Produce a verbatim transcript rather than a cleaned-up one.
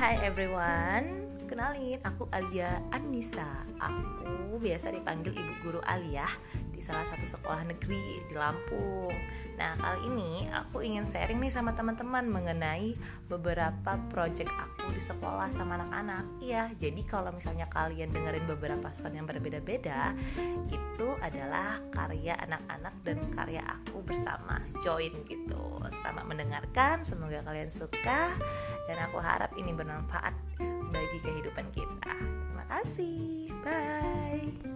Hai everyone, kenalin aku Alia Anissa. Aku biasa dipanggil Ibu Guru Alia di salah satu sekolah negeri di Lampung. Nah, kali ini aku ingin sharing nih sama teman-teman mengenai beberapa project aku di sekolah sama anak-anak. Iya, jadi kalau misalnya kalian dengerin beberapa sound yang berbeda-beda, itu adalah karya anak-anak dan karya aku bersama. Join gitu. Selamat mendengarkan, semoga kalian suka dan aku harap ini bermanfaat bagi kehidupan kita. Terima kasih. Bye.